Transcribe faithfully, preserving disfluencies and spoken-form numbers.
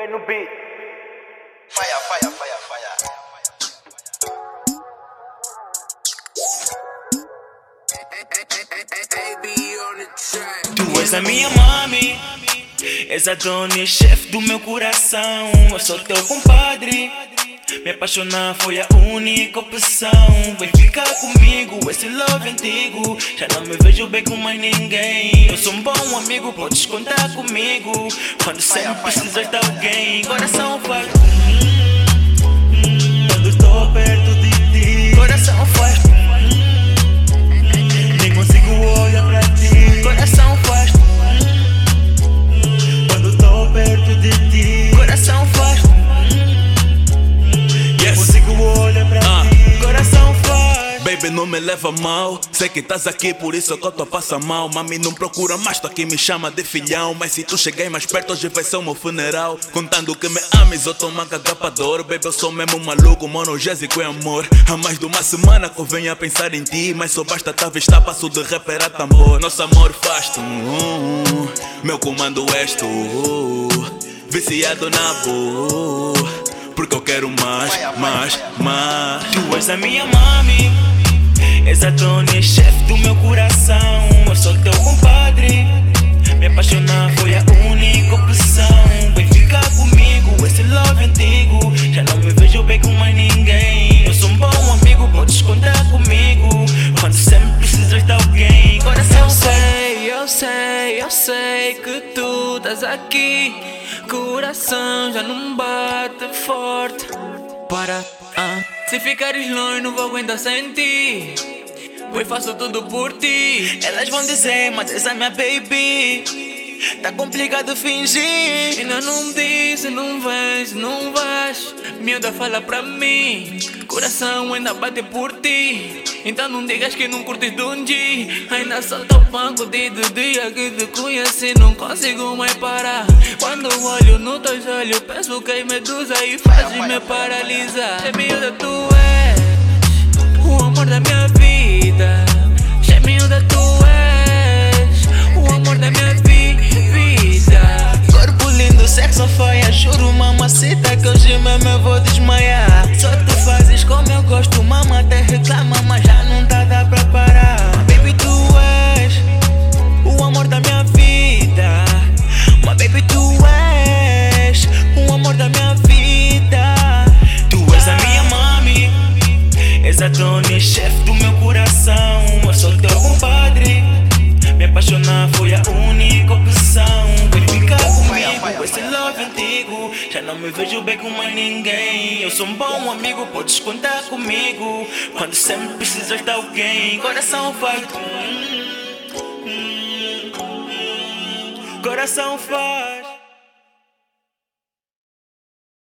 no beat. Fire, fire, fire, fire. Tu és a minha mami, és a dona e chefe do meu coração. Eu sou teu compadre, me apaixonar foi a única opção. Vem ficar comigo, esse love antigo. Já não me vejo bem com mais ninguém. Eu sou um bom amigo, podes contar comigo. Quando sempre precisas de alguém, coração faz hum, hum, quando estou perto de ti. Coração faz hum, nem consigo olhar pra ti. Coração faz hum, quando estou perto de ti. Coração faz Baby, não me leva mal. Sei que estás aqui, por isso que eu tô passa mal. Mami, não procura mais, tu aqui me chama de filhão. Mas se tu chegar mais perto, hoje vai ser o meu funeral. Contando que me ames, eu tô manca gapador. Baby, eu sou mesmo maluco, monogésico em amor. Há mais de uma semana que eu venho a pensar em ti. Mas só basta tá vista, passo de rapper a tambor. Nosso amor faz tu, uh, uh, meu comando és tu, uh, viciado na boa. Porque eu quero mais, mais, mais. Tu és a minha mami, és a dona e chefe do meu coração. Eu sou teu compadre, me apaixonar foi a única opção. Vem ficar comigo, esse love antigo. Já não me vejo bem com mais ninguém. Eu sou um bom amigo, podes contar comigo. Quando sempre precisas de alguém, coração. Eu sei, eu sei, eu sei que tu estás aqui. Coração já não bate forte. Para, ah. Se ficares longe não vou aguentar sem ti. Pois faço tudo por ti. Elas vão dizer, mas essa é minha baby. Tá complicado fingir. Ainda não me disse, não vens, não vais. Miúda fala pra mim. Coração ainda bate por ti. Então não digas que não curtes de um dia. Ainda só tô banco de dia que te conheci, não consigo mais parar. Quando olho no teus olhos, penso que é medusa e faz-me paralisar. É miúda, tu és o amor da minha vida. É miúda, tu és o amor da minha vida. Corpo lindo, sexo feia, juro mamacita que hoje mesmo eu vou desmaiar. Só tu fazes como eu gosto, mama até reclama, mas já não dá, dá pra parar. Baby, tu és o amor da minha vida. My baby, tu és o amor da minha vida. Tu és a minha mami, és a dona e chefe do meu coração. Eu sou teu compadre, me apaixonar foi a única opção. Vem ficar comigo, esse love antigo. Já não me vejo bem com mais ninguém. Eu sou um bom amigo, podes contar comigo. Quando sempre precisas de alguém, coração faz hum, hum, hum, coração faz.